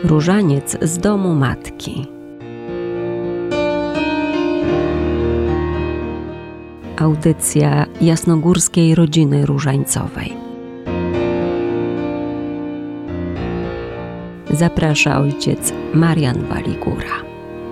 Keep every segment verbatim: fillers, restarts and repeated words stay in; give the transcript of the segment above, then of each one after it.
Różaniec z domu matki. Audycja jasnogórskiej rodziny różańcowej. Zaprasza ojciec Marian Waligura.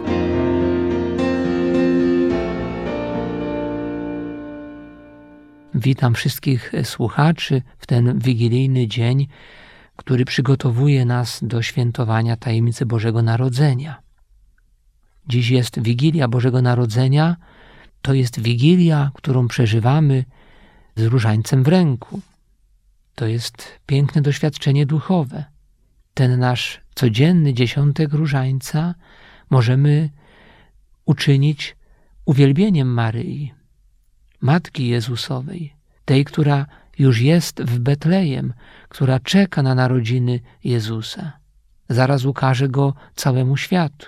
Witam wszystkich słuchaczy w ten wigilijny dzień, który przygotowuje nas do świętowania tajemnicy Bożego Narodzenia. Dziś jest Wigilia Bożego Narodzenia, to jest Wigilia, którą przeżywamy z różańcem w ręku. To jest piękne doświadczenie duchowe. Ten nasz codzienny dziesiątek różańca możemy uczynić uwielbieniem Maryi, Matki Jezusowej, tej, która już jest w Betlejem, która czeka na narodziny Jezusa. Zaraz ukaże Go całemu światu.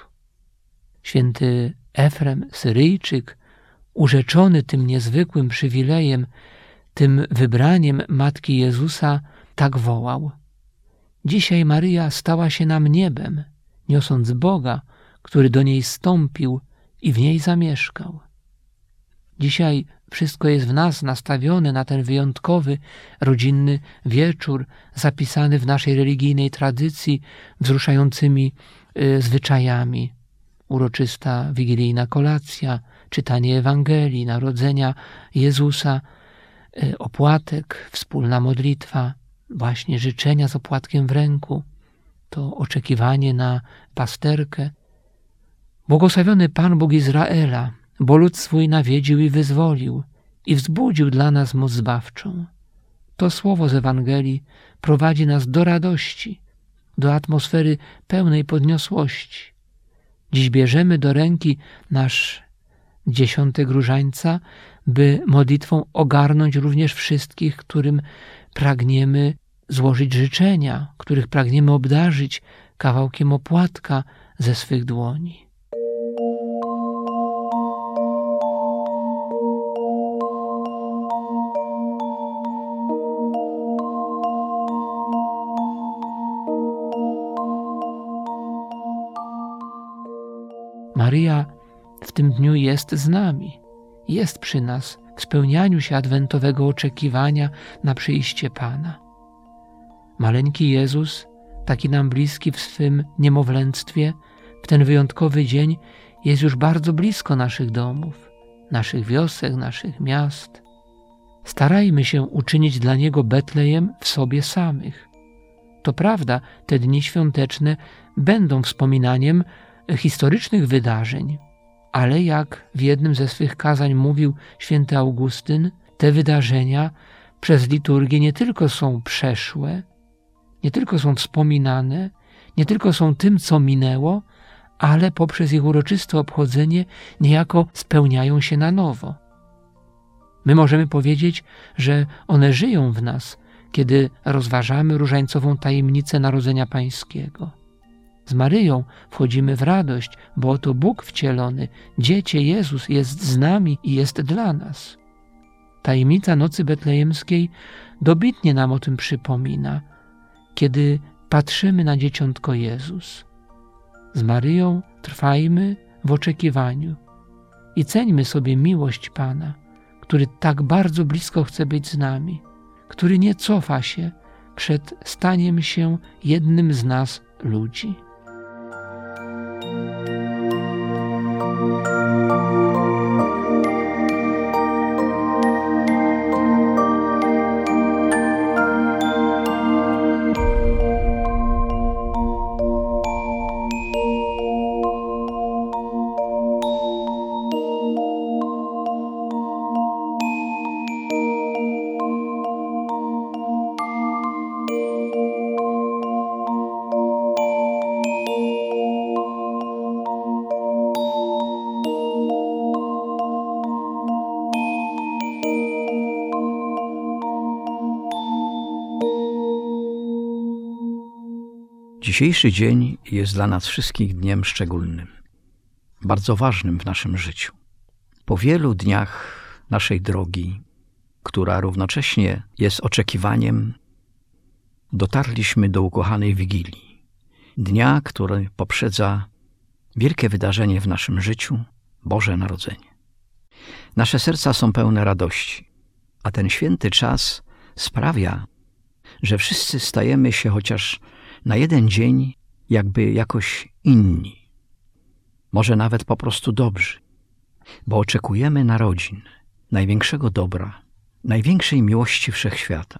Święty Efrem Syryjczyk, urzeczony tym niezwykłym przywilejem, tym wybraniem Matki Jezusa, tak wołał: dzisiaj Maryja stała się nam niebem, niosąc Boga, który do niej stąpił i w niej zamieszkał. Dzisiaj wszystko jest w nas nastawione na ten wyjątkowy, rodzinny wieczór, zapisany w naszej religijnej tradycji wzruszającymi y, zwyczajami. Uroczysta wigilijna kolacja, czytanie Ewangelii, narodzenia Jezusa, y, opłatek, wspólna modlitwa, właśnie życzenia z opłatkiem w ręku, to oczekiwanie na pasterkę. Błogosławiony Pan Bóg Izraela, bo lud swój nawiedził i wyzwolił i wzbudził dla nas moc zbawczą. To słowo z Ewangelii prowadzi nas do radości, do atmosfery pełnej podniosłości. Dziś bierzemy do ręki nasz dziesiątek różańca, by modlitwą ogarnąć również wszystkich, którym pragniemy złożyć życzenia, których pragniemy obdarzyć kawałkiem opłatka ze swych dłoni. Maryja w tym dniu jest z nami, jest przy nas w spełnianiu się adwentowego oczekiwania na przyjście Pana. Maleńki Jezus, taki nam bliski w swym niemowlęctwie, w ten wyjątkowy dzień jest już bardzo blisko naszych domów, naszych wiosek, naszych miast. Starajmy się uczynić dla Niego Betlejem w sobie samych. To prawda, te dni świąteczne będą wspominaniem historycznych wydarzeń, ale jak w jednym ze swych kazań mówił święty Augustyn, te wydarzenia przez liturgię nie tylko są przeszłe, nie tylko są wspominane, nie tylko są tym, co minęło, ale poprzez ich uroczyste obchodzenie niejako spełniają się na nowo. My możemy powiedzieć, że one żyją w nas, kiedy rozważamy różańcową tajemnicę Narodzenia Pańskiego. Z Maryją wchodzimy w radość, bo oto Bóg wcielony, Dziecię Jezus jest z nami i jest dla nas. Tajemnica Nocy Betlejemskiej dobitnie nam o tym przypomina, kiedy patrzymy na Dzieciątko Jezus. Z Maryją trwajmy w oczekiwaniu i ceńmy sobie miłość Pana, który tak bardzo blisko chce być z nami, który nie cofa się przed staniem się jednym z nas ludzi. Dzisiejszy dzień jest dla nas wszystkich dniem szczególnym, bardzo ważnym w naszym życiu. Po wielu dniach naszej drogi, która równocześnie jest oczekiwaniem, dotarliśmy do ukochanej Wigilii. dnia, który poprzedza wielkie wydarzenie w naszym życiu, Boże Narodzenie. Nasze serca są pełne radości, a ten święty czas sprawia, że wszyscy stajemy się chociaż na jeden dzień jakby jakoś inni, może nawet po prostu dobrzy, bo oczekujemy narodzin, największego dobra, największej miłości wszechświata.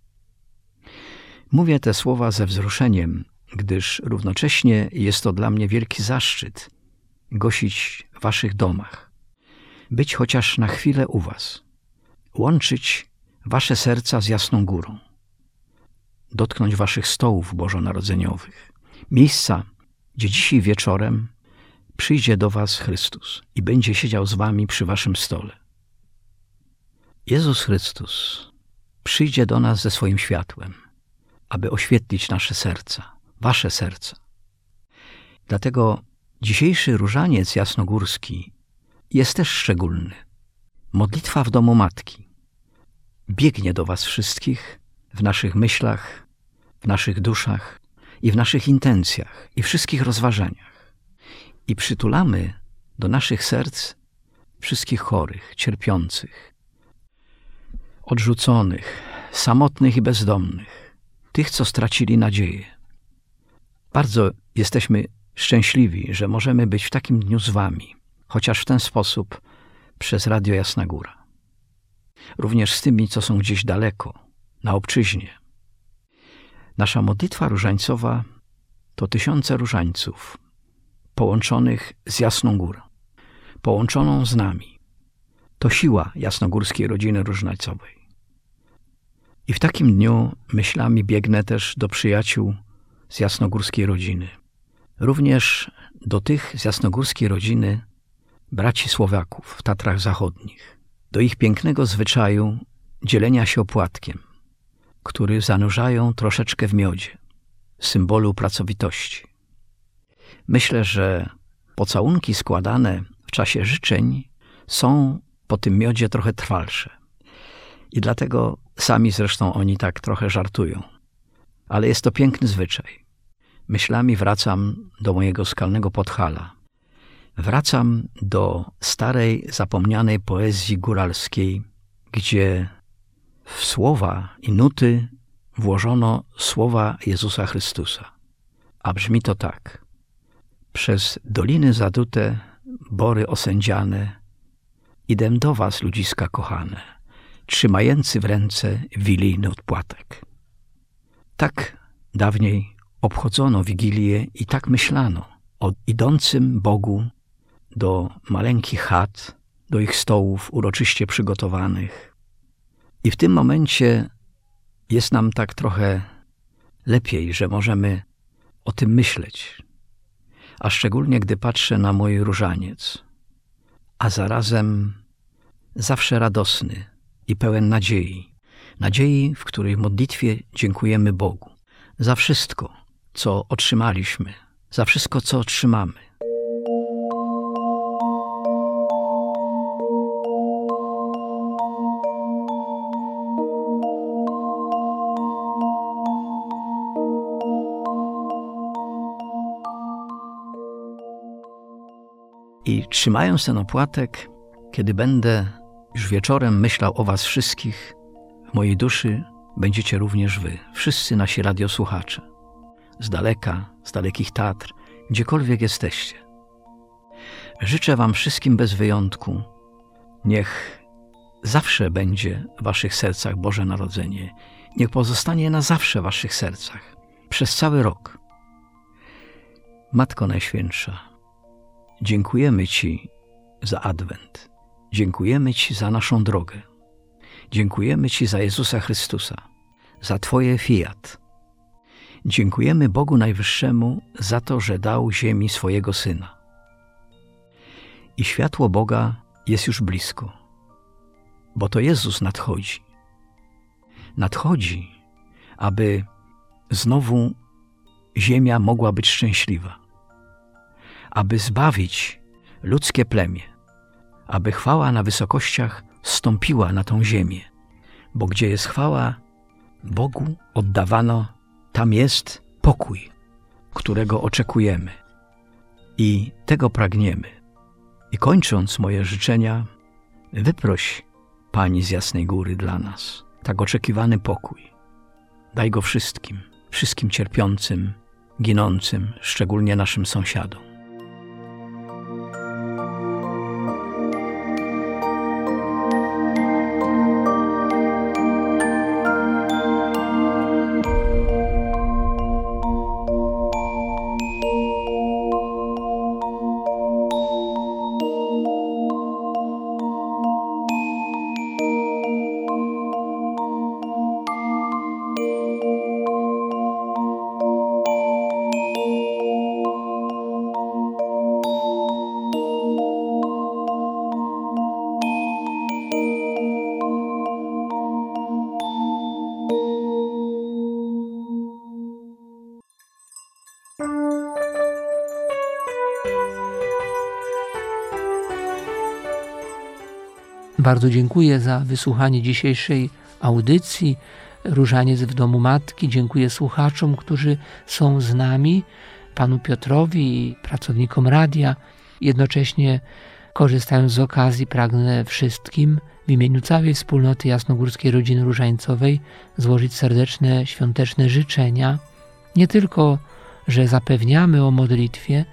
Mówię te słowa ze wzruszeniem, gdyż równocześnie jest to dla mnie wielki zaszczyt gościć w waszych domach, być chociaż na chwilę u was, łączyć wasze serca z Jasną Górą, dotknąć waszych stołów bożonarodzeniowych, miejsca, gdzie dzisiaj wieczorem przyjdzie do was Chrystus i będzie siedział z wami przy waszym stole. Jezus Chrystus przyjdzie do nas ze swoim światłem, aby oświetlić nasze serca, wasze serca. Dlatego dzisiejszy różaniec jasnogórski jest też szczególny. Modlitwa w domu Matki biegnie do was wszystkich w naszych myślach, w naszych duszach i w naszych intencjach i wszystkich rozważaniach. I przytulamy do naszych serc wszystkich chorych, cierpiących, odrzuconych, samotnych i bezdomnych, tych, co stracili nadzieję. Bardzo jesteśmy szczęśliwi, że możemy być w takim dniu z wami, chociaż w ten sposób przez Radio Jasna Góra. Również z tymi, co są gdzieś daleko, na obczyźnie. Nasza modlitwa różańcowa to tysiące różańców połączonych z Jasną Górą, połączoną z nami. To siła jasnogórskiej rodziny różańcowej. I w takim dniu myślami biegnę też do przyjaciół z jasnogórskiej rodziny. Również do tych z jasnogórskiej rodziny braci Słowaków w Tatrach Zachodnich. Do ich pięknego zwyczaju dzielenia się opłatkiem, który zanurzają troszeczkę w miodzie, symbolu pracowitości. Myślę, że pocałunki składane w czasie życzeń są po tym miodzie trochę trwalsze. I dlatego sami zresztą oni tak trochę żartują. Ale jest to piękny zwyczaj. Myślami wracam do mojego skalnego Podhala. Wracam do starej, zapomnianej poezji góralskiej, gdzie w słowa i nuty włożono słowa Jezusa Chrystusa. A brzmi to tak. Przez doliny zadute, bory osędziane, idę do was, ludziska kochane, trzymający w ręce wigilijny odpłatek. Tak dawniej obchodzono Wigilię i tak myślano o idącym Bogu do maleńkich chat, do ich stołów uroczyście przygotowanych. I w tym momencie jest nam tak trochę lepiej, że możemy o tym myśleć. A szczególnie, gdy patrzę na mój różaniec, a zarazem zawsze radosny i pełen nadziei. Nadziei, w której modlitwie dziękujemy Bogu za wszystko, co otrzymaliśmy, za wszystko, co otrzymamy. I trzymając ten opłatek, kiedy będę już wieczorem myślał o was wszystkich, w mojej duszy będziecie również wy, wszyscy nasi radiosłuchacze, z daleka, z dalekich Tatr, gdziekolwiek jesteście. Życzę wam wszystkim bez wyjątku, niech zawsze będzie w waszych sercach Boże Narodzenie, niech pozostanie na zawsze w waszych sercach, przez cały rok. Matko Najświętsza, dziękujemy ci za Adwent. Dziękujemy ci za naszą drogę. Dziękujemy ci za Jezusa Chrystusa, za twoje fiat. Dziękujemy Bogu Najwyższemu za to, że dał ziemi swojego Syna. I światło Boga jest już blisko, bo to Jezus nadchodzi. Nadchodzi, aby znowu ziemia mogła być szczęśliwa, aby zbawić ludzkie plemię, aby chwała na wysokościach stąpiła na tą ziemię, bo gdzie jest chwała Bogu oddawano, tam jest pokój. którego oczekujemy i tego pragniemy. I kończąc moje życzenia, wyproś Pani z Jasnej Góry dla nas tak oczekiwany pokój. Daj go wszystkim, wszystkim cierpiącym, ginącym, szczególnie naszym sąsiadom. Bardzo dziękuję za wysłuchanie dzisiejszej audycji Różaniec w domu Matki. Dziękuję słuchaczom, którzy są z nami, panu Piotrowi i pracownikom radia. Jednocześnie, korzystając z okazji, pragnę wszystkim w imieniu całej wspólnoty Jasnogórskiej Rodziny Różańcowej złożyć serdeczne świąteczne życzenia. Nie tylko, że zapewniamy o modlitwie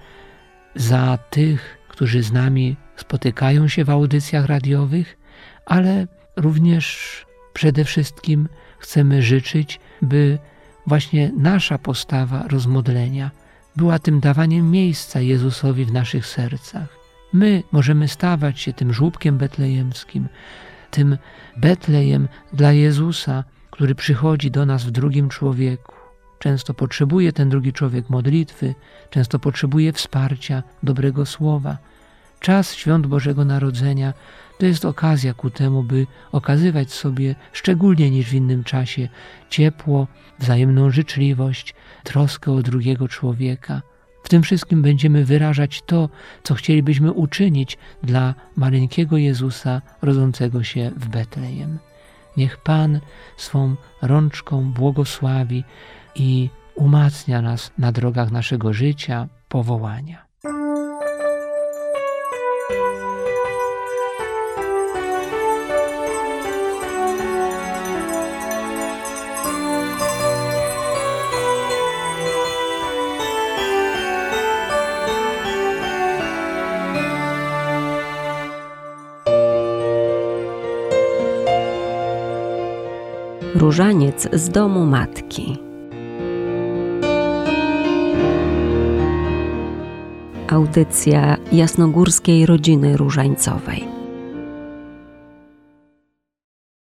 za tych, którzy z nami spotykają się w audycjach radiowych, ale również przede wszystkim chcemy życzyć, by właśnie nasza postawa rozmodlenia była tym dawaniem miejsca Jezusowi w naszych sercach. My możemy stawać się tym żłóbkiem betlejemskim, tym Betlejem dla Jezusa, który przychodzi do nas w drugim człowieku. Często potrzebuje ten drugi człowiek modlitwy, często potrzebuje wsparcia, dobrego słowa. Czas świąt Bożego Narodzenia to jest okazja ku temu, by okazywać sobie, szczególnie niż w innym czasie, ciepło, wzajemną życzliwość, troskę o drugiego człowieka. W tym wszystkim będziemy wyrażać to, co chcielibyśmy uczynić dla maleńkiego Jezusa rodzącego się w Betlejem. Niech Pan swą rączką błogosławi i umacnia nas na drogach naszego życia, powołania. Różaniec z domu Matki. Audycja Jasnogórskiej Rodziny Różańcowej.